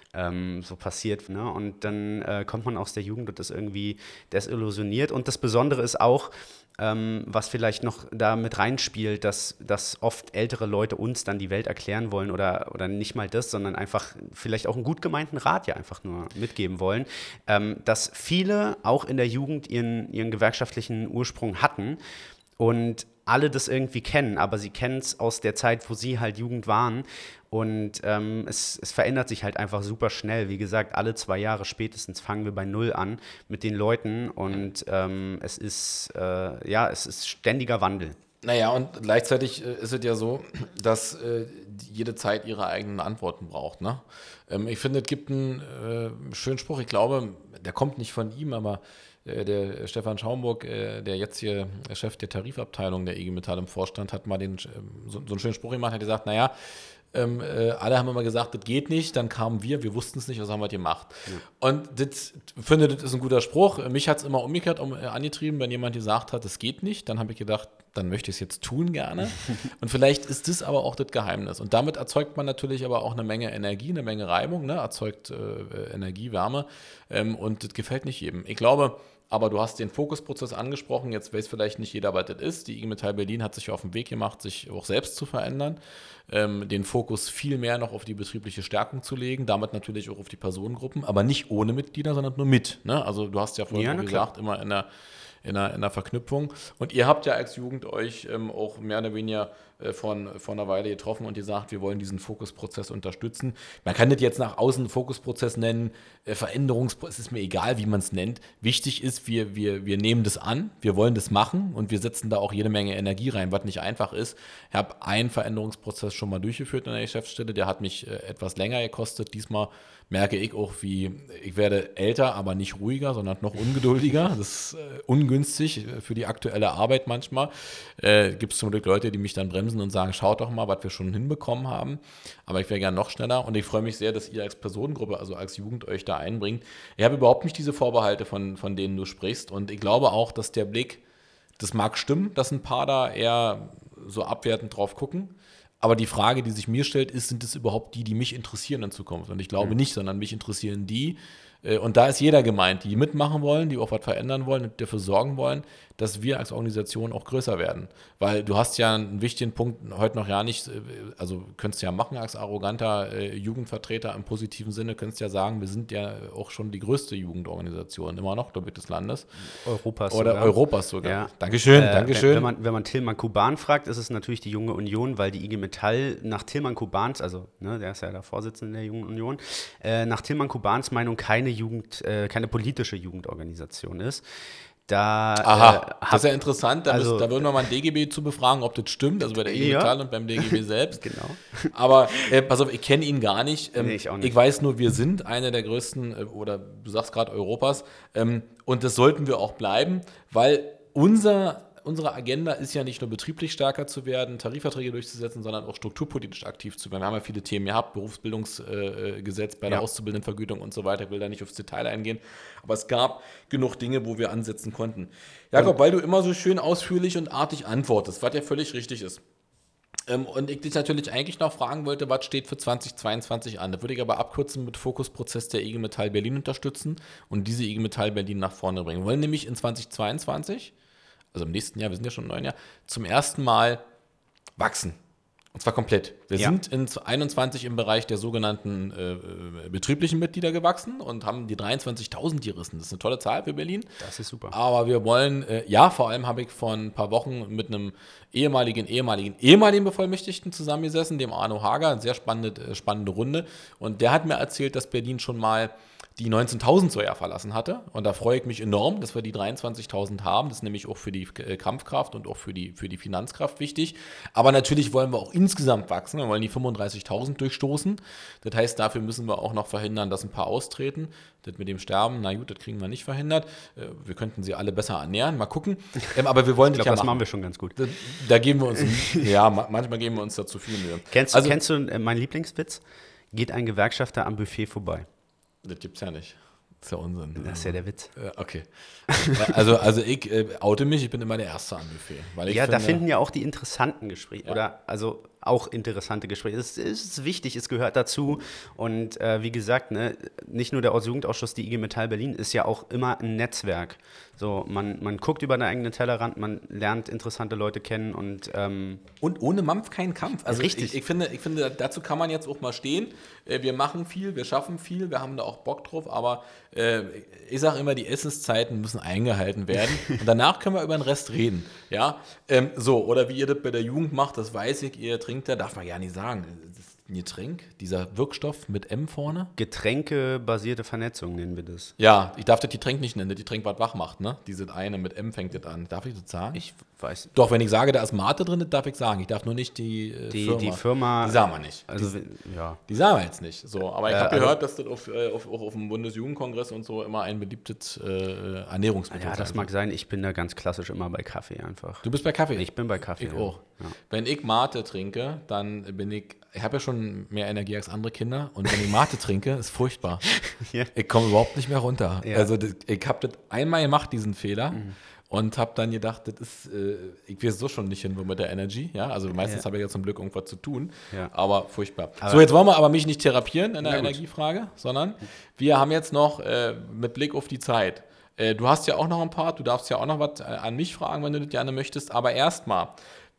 so passiert. Ne? Und dann kommt man aus der Jugend und ist irgendwie desillusioniert. Und das Besondere ist auch, was vielleicht noch da mit reinspielt, dass oft ältere Leute uns dann die Welt erklären wollen oder nicht mal das, sondern einfach vielleicht auch einen gut gemeinten Rat ja einfach nur mitgeben wollen, dass viele auch in der Jugend ihren gewerkschaftlichen Ursprung hatten und alle das irgendwie kennen, aber sie kennen es aus der Zeit, wo sie halt Jugend waren und es verändert sich halt einfach super schnell. Wie gesagt, alle 2 Jahre spätestens fangen wir bei Null an mit den Leuten und es ist ständiger Wandel. Naja, und gleichzeitig ist es ja so, dass jede Zeit ihre eigenen Antworten braucht. Ne? Ich finde, es gibt einen schönen Spruch, ich glaube, der kommt nicht von ihm, aber der Stefan Schaumburg, der jetzt hier Chef der Tarifabteilung der IG Metall im Vorstand, hat mal so einen schönen Spruch gemacht, hat gesagt, naja, alle haben immer gesagt, das geht nicht, dann kamen wir wussten es nicht, was haben wir gemacht. Ja. Und das ist ein guter Spruch. Mich hat es immer umgekehrt angetrieben, wenn jemand gesagt hat, das geht nicht, dann habe ich gedacht, dann möchte ich es jetzt tun gerne. Und vielleicht ist das aber auch das Geheimnis. Und damit erzeugt man natürlich aber auch eine Menge Energie, eine Menge Reibung, ne? Erzeugt Energie, Wärme und das gefällt nicht jedem. Ich glaube, aber du hast den Fokusprozess angesprochen, jetzt weiß vielleicht nicht jeder, was das ist. Die IG Metall Berlin hat sich auf den Weg gemacht, sich auch selbst zu verändern, den Fokus viel mehr noch auf die betriebliche Stärkung zu legen, damit natürlich auch auf die Personengruppen, aber nicht ohne Mitglieder, sondern nur mit. Ne? Also du hast ja vorhin gesagt, immer in einer Verknüpfung. Und ihr habt ja als Jugend euch auch mehr oder weniger vor einer Weile getroffen und gesagt, wir wollen diesen Fokusprozess unterstützen. Man kann das jetzt nach außen Fokusprozess nennen, Veränderungsprozess, ist mir egal, wie man es nennt. Wichtig ist, wir nehmen das an, wir wollen das machen und wir setzen da auch jede Menge Energie rein, was nicht einfach ist. Ich habe einen Veränderungsprozess schon mal durchgeführt in der Geschäftsstelle, der hat mich etwas länger gekostet. Diesmal merke ich auch, ich werde älter, aber nicht ruhiger, sondern noch ungeduldiger. Das ist ungünstig für die aktuelle Arbeit manchmal. Gibt es zum Glück Leute, die mich dann bremsen bremsen und sagen, schaut doch mal, was wir schon hinbekommen haben. Aber ich wäre gern noch schneller und ich freue mich sehr, dass ihr als Personengruppe, also als Jugend euch da einbringt. Ich habe überhaupt nicht diese Vorbehalte, von denen du sprichst und ich glaube auch, dass der Blick, das mag stimmen, dass ein paar da eher so abwertend drauf gucken. Aber die Frage, die sich mir stellt, ist, sind es überhaupt die mich interessieren in Zukunft? Und ich glaube nicht, sondern mich interessieren die. Und da ist jeder gemeint, die mitmachen wollen, die auch was verändern wollen und dafür sorgen wollen, dass wir als Organisation auch größer werden. Weil du hast ja einen wichtigen Punkt heute noch ja nicht, also könntest ja machen als arroganter Jugendvertreter im positiven Sinne, könntest ja sagen, wir sind ja auch schon die größte Jugendorganisation, immer noch, glaube ich, des Landes. Europas Oder sogar. Europas sogar. Ja. Dankeschön, Dankeschön. Wenn man Tilman Kuban fragt, ist es natürlich die Junge Union, weil die IG Metall nach Tilman Kubans, also ne, der ist ja der Vorsitzende der Jungen Union, nach Tilman Kubans Meinung keine politische Jugendorganisation ist. Das ist ja interessant, da würden wir mal ein DGB zu befragen, ob das stimmt, also bei der IG Metall und beim DGB selbst. Genau. Aber pass auf, ich kenne ihn gar nicht. Nee, ich auch nicht. Ich weiß nur, wir sind eine der größten, oder du sagst gerade Europas, und das sollten wir auch bleiben, weil unsere Agenda ist ja nicht nur betrieblich stärker zu werden, Tarifverträge durchzusetzen, sondern auch strukturpolitisch aktiv zu werden. Wir haben ja viele Themen gehabt, Berufsbildungsgesetz bei der Auszubildendenvergütung und so weiter. Ich will da nicht aufs Detail eingehen. Aber es gab genug Dinge, wo wir ansetzen konnten. Jakob, weil du immer so schön ausführlich und artig antwortest, was ja völlig richtig ist. Und ich dich natürlich eigentlich noch fragen wollte, was steht für 2022 an? Da würde ich aber abkürzen mit Fokusprozess der IG Metall Berlin unterstützen und diese IG Metall Berlin nach vorne bringen. Wir wollen nämlich in 2022, also im nächsten Jahr, wir sind ja schon im neuen Jahr, zum ersten Mal wachsen. Und zwar komplett. Wir sind in 21 im Bereich der sogenannten betrieblichen Mitglieder gewachsen und haben die 23.000 gerissen. Das ist eine tolle Zahl für Berlin. Das ist super. Aber wir wollen, vor allem habe ich vor ein paar Wochen mit einem ehemaligen Bevollmächtigten zusammengesessen, dem Arno Hager, eine sehr spannende Runde. Und der hat mir erzählt, dass Berlin schon mal die 19.000 so ja verlassen hatte. Und da freue ich mich enorm, dass wir die 23.000 haben. Das ist nämlich auch für die Kampfkraft und auch für die Finanzkraft wichtig. Aber natürlich wollen wir auch insgesamt wachsen. Wir wollen die 35.000 durchstoßen. Das heißt, dafür müssen wir auch noch verhindern, dass ein paar austreten. Das mit dem Sterben, na gut, das kriegen wir nicht verhindert. Wir könnten sie alle besser ernähren. Mal gucken. Aber wir wollen das machen. machen wir schon ganz gut. Da geben wir uns, manchmal geben wir uns da zu viel Mühe. Kennst du meinen Lieblingswitz? Geht ein Gewerkschafter am Buffet vorbei? Das gibt's ja nicht. Das ist ja Unsinn. Das ist ja der Witz. Okay. Also ich oute mich, ich bin immer der Erste am Buffet. Weil ich da finden ja auch die interessanten Gespräche, oder also auch interessante Gespräche. Es ist wichtig, es gehört dazu. Und wie gesagt, ne, nicht nur der Ortsjugendausschuss, die IG Metall Berlin, ist ja auch immer ein Netzwerk. So, man guckt über den eigenen Tellerrand, man lernt interessante Leute kennen und ohne Mampf kein Kampf. Also richtig. Ich finde, dazu kann man jetzt auch mal stehen. Wir machen viel, wir schaffen viel, wir haben da auch Bock drauf, aber ich sage immer, die Essenszeiten müssen eingehalten werden und danach können wir über den Rest reden. Ja, oder wie ihr das bei der Jugend macht, das weiß ich, ihr trinkt da, darf man ja nicht sagen. Das ist ein Getränk, dieser Wirkstoff mit M vorne. Getränkebasierte Vernetzung nennen wir das. Ja, ich darf das Getränk nicht nennen, das Getränk, was wach macht, ne? Diese eine mit M fängt das an. Darf ich das sagen? Ich weiß. Doch, wenn ich sage, da ist Mate drin, das darf ich sagen. Ich darf nur nicht die Firma. Die sagen wir nicht. Also, die sagen wir jetzt nicht. So, aber ich habe gehört, dass das auch auf dem Bundesjugendkongress und so immer ein beliebtes Ernährungsmittel ist. Ja, das mag sein. Ich bin da ganz klassisch immer bei Kaffee einfach. Du bist bei Kaffee? Ich bin bei Kaffee. Ich auch. Ja. Wenn ich Mate trinke, dann ich habe ja schon mehr Energie als andere Kinder und wenn ich Mate trinke, ist furchtbar. Yeah. Ich komme überhaupt nicht mehr runter. Ja. Also ich habe das einmal gemacht, diesen Fehler. Und habe dann gedacht, das ist, ich weiß so schon nicht hin mit der Energy, ja, also meistens habe ich ja zum Glück irgendwas zu tun, aber furchtbar. So, jetzt wollen wir aber mich nicht therapieren in der Energiefrage, sondern wir haben jetzt noch mit Blick auf die Zeit, du hast ja auch noch ein Part, du darfst ja auch noch was an mich fragen, wenn du das gerne möchtest, aber erstmal,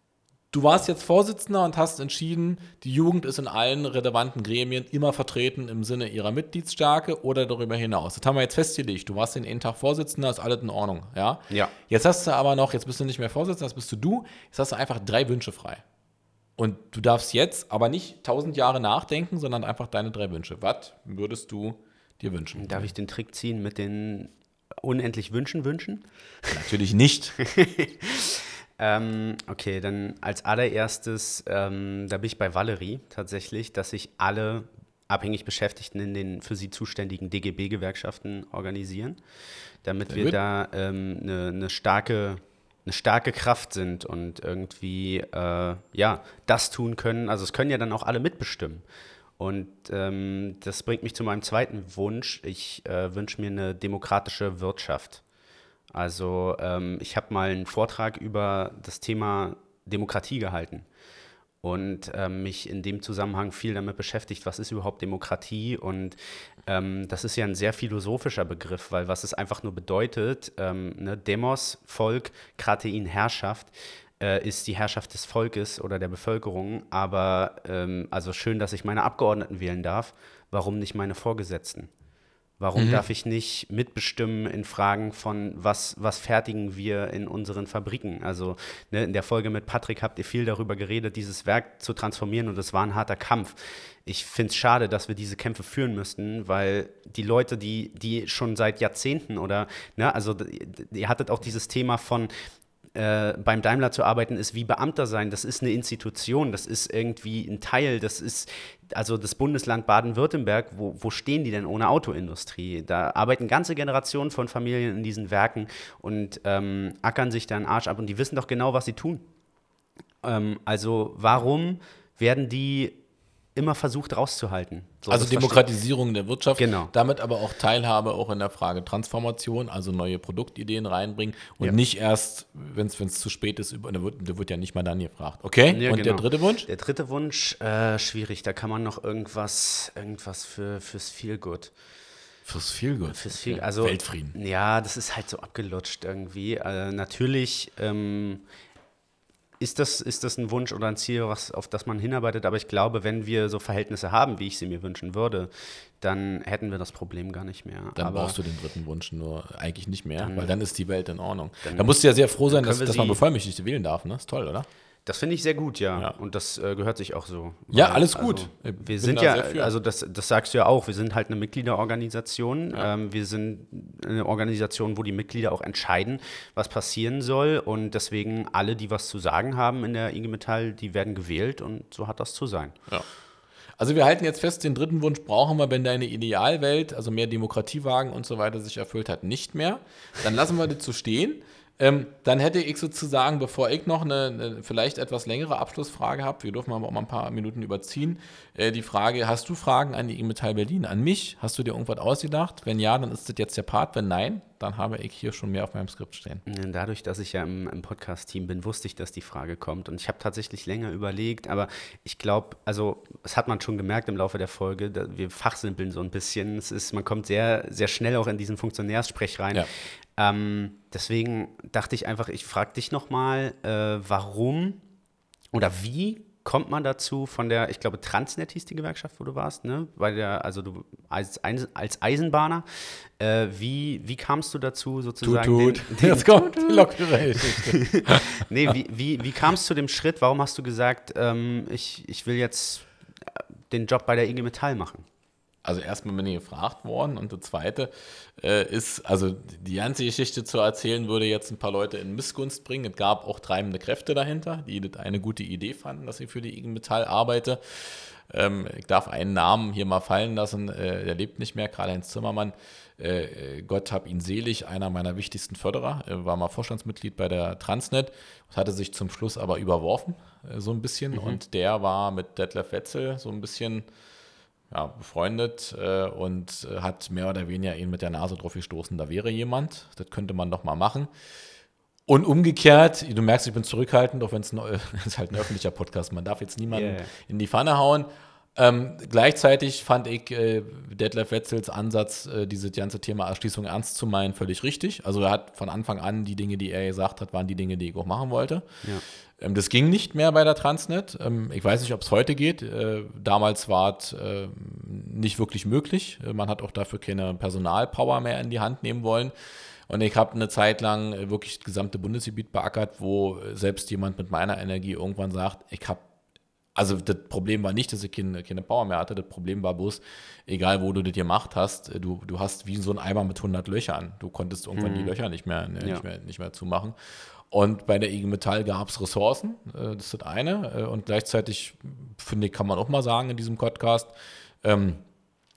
du warst jetzt Vorsitzender und hast entschieden, die Jugend ist in allen relevanten Gremien immer vertreten im Sinne ihrer Mitgliedsstärke oder darüber hinaus. Das haben wir jetzt festgelegt. Du warst den einen Tag Vorsitzender, ist alles in Ordnung. Ja? Jetzt hast du aber noch, jetzt bist du nicht mehr Vorsitzender, das bist du. Jetzt hast du einfach 3 Wünsche frei. Und du darfst jetzt aber nicht 1000 Jahre nachdenken, sondern einfach deine 3 Wünsche. Was würdest du dir wünschen? Darf ich den Trick ziehen mit den unendlich wünschen? Natürlich nicht. Okay, dann als allererstes, da bin ich bei Valerie tatsächlich, dass sich alle abhängig Beschäftigten in den für sie zuständigen DGB-Gewerkschaften organisieren, damit wir da eine starke eine starke Kraft sind und irgendwie das tun können. Also es können ja dann auch alle mitbestimmen. Und das bringt mich zu meinem zweiten Wunsch. Ich wünsche mir eine demokratische Wirtschaft. Also ich habe mal einen Vortrag über das Thema Demokratie gehalten und mich in dem Zusammenhang viel damit beschäftigt, was ist überhaupt Demokratie? Und das ist ja ein sehr philosophischer Begriff, weil was es einfach nur bedeutet, ne, Demos, Volk, Kratein, Herrschaft, ist die Herrschaft des Volkes oder der Bevölkerung. Aber also schön, dass ich meine Abgeordneten wählen darf. Warum nicht meine Vorgesetzten? Warum darf ich nicht mitbestimmen in Fragen von, was fertigen wir in unseren Fabriken? Also ne, in der Folge mit Patrick habt ihr viel darüber geredet, dieses Werk zu transformieren, und es war ein harter Kampf. Ich finde es schade, dass wir diese Kämpfe führen müssten, weil die Leute, die schon seit Jahrzehnten oder, ne, also ihr hattet auch dieses Thema von, beim Daimler zu arbeiten ist wie Beamter sein. Das ist eine Institution, das ist irgendwie ein Teil, das ist also das Bundesland Baden-Württemberg. Wo stehen die denn ohne Autoindustrie? Da arbeiten ganze Generationen von Familien in diesen Werken und ackern sich da einen Arsch ab und die wissen doch genau, was sie tun. Also warum werden die immer versucht rauszuhalten? So, Also Demokratisierung der Wirtschaft, genau. Damit aber auch Teilhabe auch in der Frage Transformation, also neue Produktideen reinbringen und nicht erst, wenn es zu spät ist, der wird ja nicht mal dann gefragt. Okay, ja, und genau. Der dritte Wunsch? Der dritte Wunsch, schwierig, da kann man noch irgendwas fürs Feelgood. Fürs Feelgood. Also Weltfrieden. Ja, das ist halt so abgelutscht irgendwie. Natürlich ist das ein Wunsch oder ein Ziel, auf das man hinarbeitet, aber ich glaube, wenn wir so Verhältnisse haben, wie ich sie mir wünschen würde, dann hätten wir das Problem gar nicht mehr. Dann brauchst du den dritten Wunsch nur eigentlich nicht mehr, weil dann ist die Welt in Ordnung. Da musst du ja sehr froh sein, dass man Bevollmächtigte wählen darf, ne? Ist toll, oder? Das finde ich sehr gut, ja. Und das gehört sich auch so. Ja, alles gut. Also, wir sind ja, also das sagst du ja auch, wir sind halt eine Mitgliederorganisation. Ja. Wir sind eine Organisation, wo die Mitglieder auch entscheiden, was passieren soll. Und deswegen alle, die was zu sagen haben in der IG Metall, die werden gewählt und so hat das zu sein. Ja. Also wir halten jetzt fest, den dritten Wunsch brauchen wir, wenn deine Idealwelt, also mehr Demokratiewagen und so weiter, sich erfüllt hat, nicht mehr. Dann lassen wir das so stehen. Dann hätte ich sozusagen, bevor ich noch eine vielleicht etwas längere Abschlussfrage habe, wir dürfen aber auch mal ein paar Minuten überziehen, die Frage, hast du Fragen an die IG Metall Berlin, an mich? Hast du dir irgendwas ausgedacht? Wenn ja, dann ist das jetzt der Part. Wenn nein, dann habe ich hier schon mehr auf meinem Skript stehen. Dadurch, dass ich ja im Podcast-Team bin, wusste ich, dass die Frage kommt. Und ich habe tatsächlich länger überlegt, aber ich glaube, also das hat man schon gemerkt im Laufe der Folge, wir fachsimpeln so ein bisschen. Man kommt sehr, sehr schnell auch in diesen Funktionärssprech rein. Ja. Deswegen dachte ich einfach, ich frage dich nochmal, warum oder wie kommt man dazu von der, ich glaube, Transnet hieß die Gewerkschaft, wo du warst, ne? Also du als Eisenbahner, wie kamst du dazu sozusagen? Jetzt kommt die lockere Geschichte. Nee, wie kamst du zu dem Schritt, warum hast du gesagt, ich will jetzt den Job bei der IG Metall machen? Also erstmal bin ich gefragt worden und das Zweite ist, also die ganze Geschichte zu erzählen, würde jetzt ein paar Leute in Missgunst bringen. Es gab auch treibende Kräfte dahinter, die das eine gute Idee fanden, dass ich für die IG Metall arbeite. Ich darf einen Namen hier mal fallen lassen, der lebt nicht mehr, Karl-Heinz Zimmermann. Gott hab ihn selig, einer meiner wichtigsten Förderer, war mal Vorstandsmitglied bei der Transnet, hatte sich zum Schluss aber überworfen, so ein bisschen. Und der war mit Detlef Wetzel so ein bisschen befreundet und hat mehr oder weniger ihn mit der Nase drauf gestoßen, da wäre jemand, das könnte man doch mal machen. Und umgekehrt, du merkst, ich bin zurückhaltend, auch wenn es halt ein öffentlicher Podcast, man darf jetzt niemanden in die Pfanne hauen. Gleichzeitig fand ich Detlef Wetzels Ansatz, dieses ganze Thema Erschließung ernst zu meinen, völlig richtig. Also er hat von Anfang an die Dinge, die er gesagt hat, waren die Dinge, die ich auch machen wollte. Ja. Das ging nicht mehr bei der Transnet. Ich weiß nicht, ob es heute geht. Damals war es nicht wirklich möglich. Man hat auch dafür keine Personalpower mehr in die Hand nehmen wollen. Und ich habe eine Zeit lang wirklich das gesamte Bundesgebiet beackert, wo selbst jemand mit meiner Energie irgendwann sagt, also das Problem war nicht, dass ich keine Power mehr hatte, das Problem war bloß, egal wo du das gemacht hast, du hast wie so ein Eimer mit 100 Löchern. Du konntest irgendwann die Löcher nicht mehr zumachen. Und bei der IG Metall gab es Ressourcen, das ist das eine. Und gleichzeitig, finde ich, kann man auch mal sagen in diesem Podcast,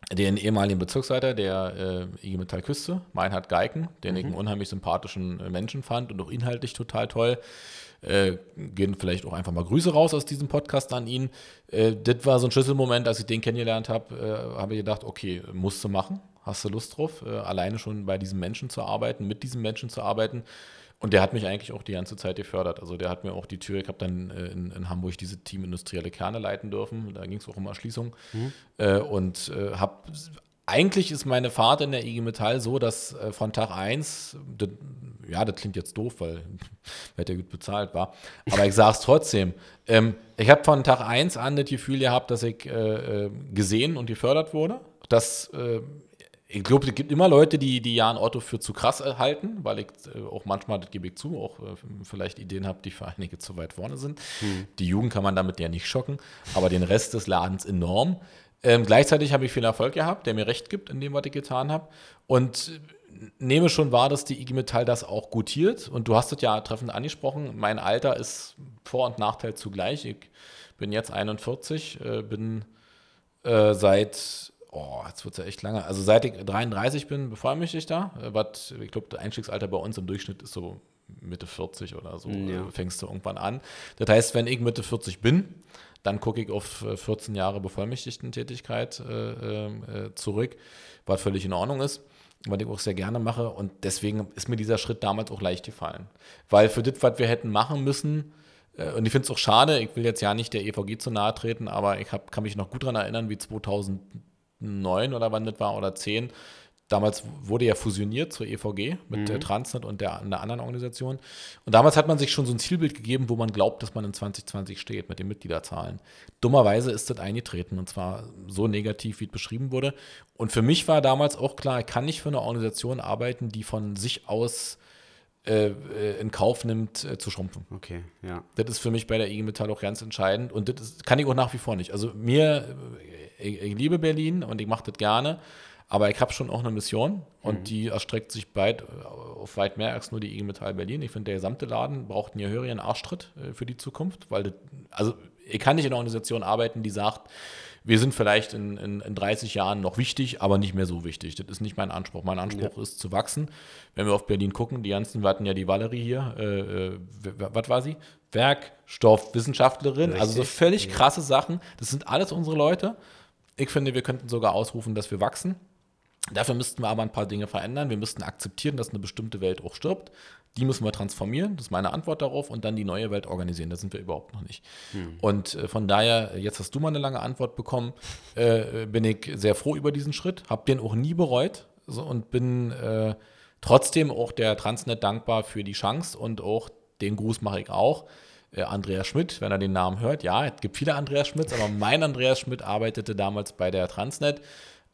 den ehemaligen Bezirksleiter der IG Metall Küste, Meinhard Geiken, den ich einen unheimlich sympathischen Menschen fand und auch inhaltlich total toll. Gehen vielleicht auch einfach mal Grüße raus aus diesem Podcast an ihn. Das war so ein Schlüsselmoment, als ich den kennengelernt habe, habe ich gedacht, okay, musst du machen, hast du Lust drauf, alleine schon bei diesem Menschen zu arbeiten, mit diesem Menschen zu arbeiten. Und der hat mich eigentlich auch die ganze Zeit gefördert. Also der hat mir auch die Tür, ich habe dann in Hamburg diese Team Industrielle Kerne leiten dürfen, da ging es auch um Erschließung. Und habe, eigentlich ist meine Fahrt in der IG Metall so, dass von Tag 1, das klingt jetzt doof, weil der gut bezahlt war, aber ich sage es trotzdem, ich habe von Tag 1 an das Gefühl gehabt, dass ich gesehen und gefördert wurde, dass ich glaube, es gibt immer Leute, die Jan Otto für zu krass halten, weil ich auch manchmal, das gebe ich zu, auch vielleicht Ideen habe, die für einige zu weit vorne sind. Die Jugend kann man damit ja nicht schocken, aber den Rest des Ladens enorm. Gleichzeitig habe ich viel Erfolg gehabt, der mir recht gibt in dem, was ich getan habe. Und nehme schon wahr, dass die IG Metall das auch gutiert. Und du hast es ja treffend angesprochen, mein Alter ist Vor- und Nachteil zugleich. Ich bin jetzt 41, bin seit... jetzt wird es ja echt lange. Also seit ich 33 bin, bevollmächtige ich da. Ich glaube, das Einstiegsalter bei uns im Durchschnitt ist so Mitte 40 oder so. Fängst du irgendwann an. Das heißt, wenn ich Mitte 40 bin, dann gucke ich auf 14 Jahre Bevollmächtigten-Tätigkeit zurück, was völlig in Ordnung ist, was ich auch sehr gerne mache. Und deswegen ist mir dieser Schritt damals auch leicht gefallen. Weil für das, was wir hätten machen müssen, und ich finde es auch schade, ich will jetzt ja nicht der EVG zu nahe treten, aber ich kann mich noch gut daran erinnern, wie 2009 oder wann das war oder 10. Damals wurde ja fusioniert zur EVG mit der Transnet und einer anderen Organisation. Und damals hat man sich schon so ein Zielbild gegeben, wo man glaubt, dass man in 2020 steht mit den Mitgliederzahlen. Dummerweise ist das eingetreten und zwar so negativ, wie es beschrieben wurde. Und für mich war damals auch klar, ich kann nicht für eine Organisation arbeiten, die von sich aus in Kauf nimmt, zu schrumpfen. Okay, ja. Das ist für mich bei der IG Metall auch ganz entscheidend und kann ich auch nach wie vor nicht. Also ich liebe Berlin und ich mache das gerne, aber ich habe schon auch eine Mission und die erstreckt sich auf weit mehr als nur die IG Metall Berlin. Ich finde, der gesamte Laden braucht einen gehörigen Arschtritt für die Zukunft, weil ich kann nicht in einer Organisation arbeiten, die sagt, wir sind vielleicht in 30 Jahren noch wichtig, aber nicht mehr so wichtig. Das ist nicht mein Anspruch. Mein Anspruch ist zu wachsen. Wenn wir auf Berlin gucken, wir hatten ja die Valerie hier, was war sie? Werkstoffwissenschaftlerin, also so völlig krasse Sachen. Das sind alles unsere Leute. Ich finde, wir könnten sogar ausrufen, dass wir wachsen. Dafür müssten wir aber ein paar Dinge verändern. Wir müssten akzeptieren, dass eine bestimmte Welt auch stirbt. Die müssen wir transformieren, das ist meine Antwort darauf, und dann die neue Welt organisieren. Da sind wir überhaupt noch nicht. Und von daher, jetzt hast du mal eine lange Antwort bekommen, bin ich sehr froh über diesen Schritt, habe den auch nie bereut und bin trotzdem auch der Transnet dankbar für die Chance und auch den Gruß mache ich auch. Andreas Schmidt, wenn er den Namen hört, ja, es gibt viele Andreas Schmidts, aber mein Andreas Schmidt arbeitete damals bei der Transnet.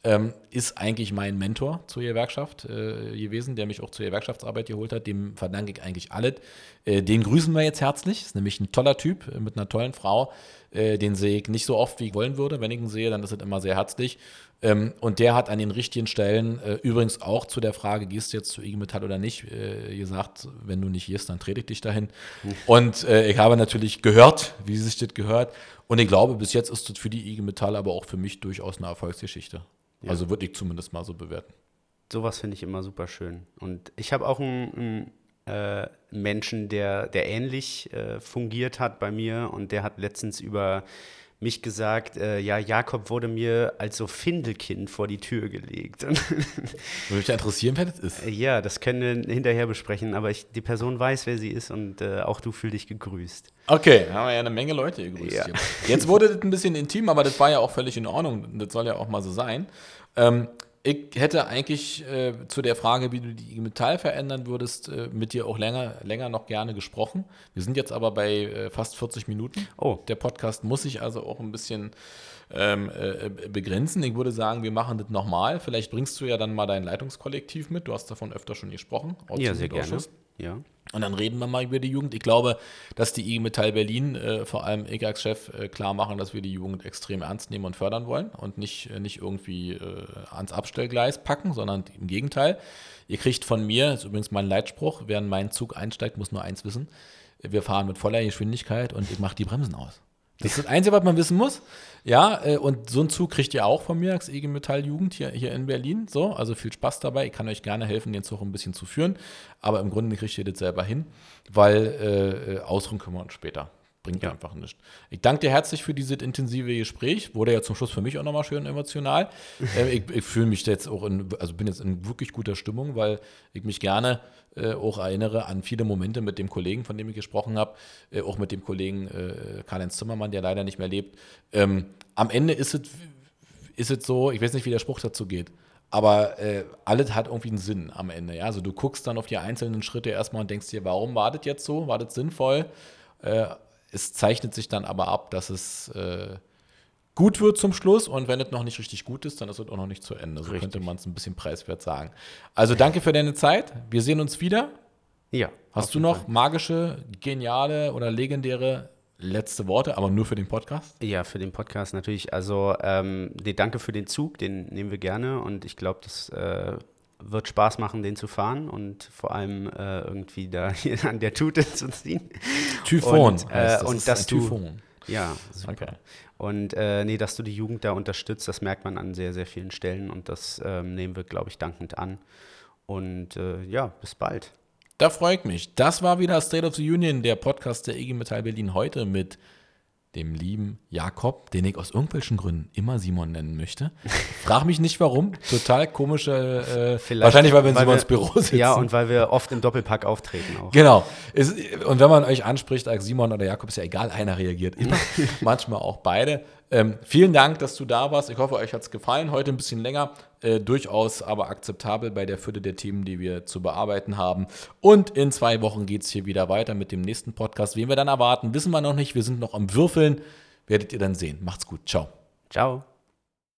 Ist eigentlich mein Mentor zur Gewerkschaft gewesen, der mich auch zur Gewerkschaftsarbeit geholt hat. Dem verdanke ich eigentlich alles. Den grüßen wir jetzt herzlich. Ist nämlich ein toller Typ mit einer tollen Frau. Den sehe ich nicht so oft, wie ich wollen würde. Wenn ich ihn sehe, dann ist es immer sehr herzlich. Und der hat an den richtigen Stellen, übrigens auch zu der Frage, gehst du jetzt zu IG Metall oder nicht, gesagt, wenn du nicht gehst, dann trete ich dich dahin. Und ich habe natürlich gehört, wie sich das gehört. Und ich glaube, bis jetzt ist das für die IG Metall, aber auch für mich durchaus eine Erfolgsgeschichte. Ja. Also würde ich zumindest mal so bewerten. Sowas finde ich immer super schön. Und ich habe auch einen Menschen, der ähnlich fungiert hat bei mir, und der hat letztens über mich gesagt, Jakob wurde mir als so Findelkind vor die Tür gelegt. Würde mich interessieren, wer das ist. Ja, das können wir hinterher besprechen, aber die Person weiß, wer sie ist, und auch du fühl dich gegrüßt. Okay, haben wir ja eine Menge Leute gegrüßt hier. Jetzt wurde das ein bisschen intim, aber das war ja auch völlig in Ordnung. Das soll ja auch mal so sein. Ich hätte eigentlich zu der Frage, wie du die IG Metall verändern würdest, mit dir auch länger noch gerne gesprochen. Wir sind jetzt aber bei fast 40 Minuten. Oh. Der Podcast muss sich also auch ein bisschen begrenzen. Ich würde sagen, wir machen das nochmal. Vielleicht bringst du ja dann mal dein Leitungskollektiv mit. Du hast davon öfter schon gesprochen. Ja, sehr gerne. Ja. Und dann reden wir mal über die Jugend. Ich glaube, dass die IG Metall Berlin, vor allem ich als Chef, klar machen, dass wir die Jugend extrem ernst nehmen und fördern wollen und nicht irgendwie ans Abstellgleis packen, sondern im Gegenteil. Ihr kriegt von mir, das ist übrigens mein Leitspruch, wer in meinen Zug einsteigt, muss nur eins wissen: Wir fahren mit voller Geschwindigkeit und ich mache die Bremsen aus. Das ist das Einzige, was man wissen muss. Ja, und so einen Zug kriegt ihr auch von mir als IG Metall Jugend hier in Berlin. So, also viel Spaß dabei. Ich kann euch gerne helfen, den Zug ein bisschen zu führen. Aber im Grunde kriegt ihr das selber hin, weil ausruhen können wir uns später. Bringt einfach nichts. Ich danke dir herzlich für dieses intensive Gespräch. Wurde ja zum Schluss für mich auch nochmal schön emotional. Ich fühle mich jetzt auch bin jetzt in wirklich guter Stimmung, weil ich mich gerne auch erinnere an viele Momente mit dem Kollegen, von dem ich gesprochen habe, auch mit dem Kollegen Karl-Heinz Zimmermann, der leider nicht mehr lebt. Am Ende ist es so, ich weiß nicht, wie der Spruch dazu geht, aber alles hat irgendwie einen Sinn am Ende. Ja? Also du guckst dann auf die einzelnen Schritte erstmal und denkst dir, warum war das jetzt so? War das sinnvoll? Es zeichnet sich dann aber ab, dass es gut wird zum Schluss, und wenn es noch nicht richtig gut ist, dann ist es auch noch nicht zu Ende. So könnte man es ein bisschen preiswert sagen. Also danke für deine Zeit. Wir sehen uns wieder. Ja. Hast du noch magische, geniale oder legendäre letzte Worte, aber nur für den Podcast? Ja, für den Podcast natürlich. Also danke für den Zug, den nehmen wir gerne, und ich glaube, das wird Spaß machen, den zu fahren und vor allem irgendwie da hier an der Tute zu ziehen. Typhon und, heißt das. Und Das dass ist ein du Typhon. Ja, super. Okay. Und dass du die Jugend da unterstützt, das merkt man an sehr, sehr vielen Stellen, und das nehmen wir, glaube ich, dankend an. Und bis bald. Da freue ich mich. Das war wieder State of the Union, der Podcast der IG Metall Berlin, heute mit dem lieben Jakob, den ich aus irgendwelchen Gründen immer Simon nennen möchte. Frag mich nicht warum. Total komische, wahrscheinlich, weil wir in Simons Büro sitzen. Ja, und weil wir oft im Doppelpack auftreten auch. Genau. Und wenn man euch anspricht als Simon oder Jakob, ist ja egal, einer reagiert immer. Manchmal auch beide. Vielen Dank, dass du da warst. Ich hoffe, euch hat es gefallen. Heute ein bisschen länger, durchaus aber akzeptabel bei der Fülle der Themen, die wir zu bearbeiten haben. Und in 2 Wochen geht es hier wieder weiter mit dem nächsten Podcast. Wen wir dann erwarten, wissen wir noch nicht. Wir sind noch am Würfeln. Werdet ihr dann sehen. Macht's gut. Ciao. Ciao.